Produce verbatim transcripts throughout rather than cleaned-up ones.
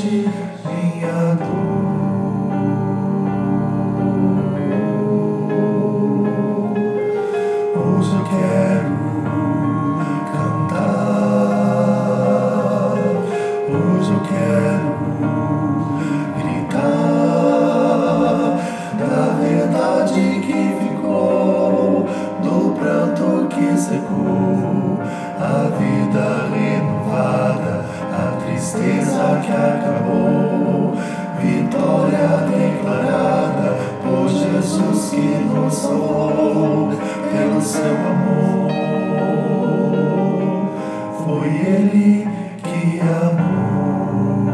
verdade, minha dor. Hoje eu quero cantar, hoje eu quero gritar da verdade que ficou, do pranto que secou, a vida renovada, a tristeza que acabou, vitória declarada por Jesus que nos salvou, pelo seu amor. Foi Ele que amou.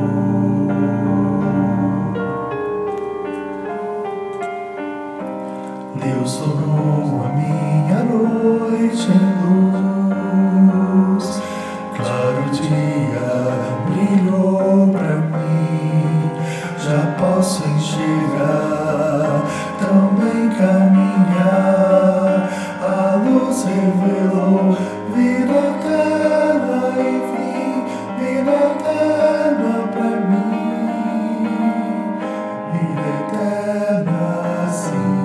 Deus tornou a minha noite em luz, claro dia brilhou pra mim, já posso enxergar, também caminhar, a luz revelou vida eterna, enfim, vida eterna pra mim, vida eterna sim.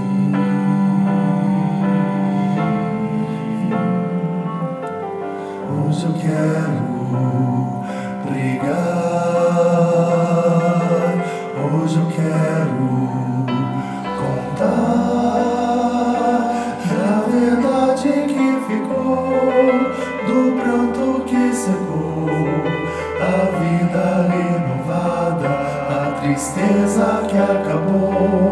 Hoje eu quero pregar, hoje eu quero contar da verdade que ficou, do pranto que secou, a vida renovada, a tristeza que acabou,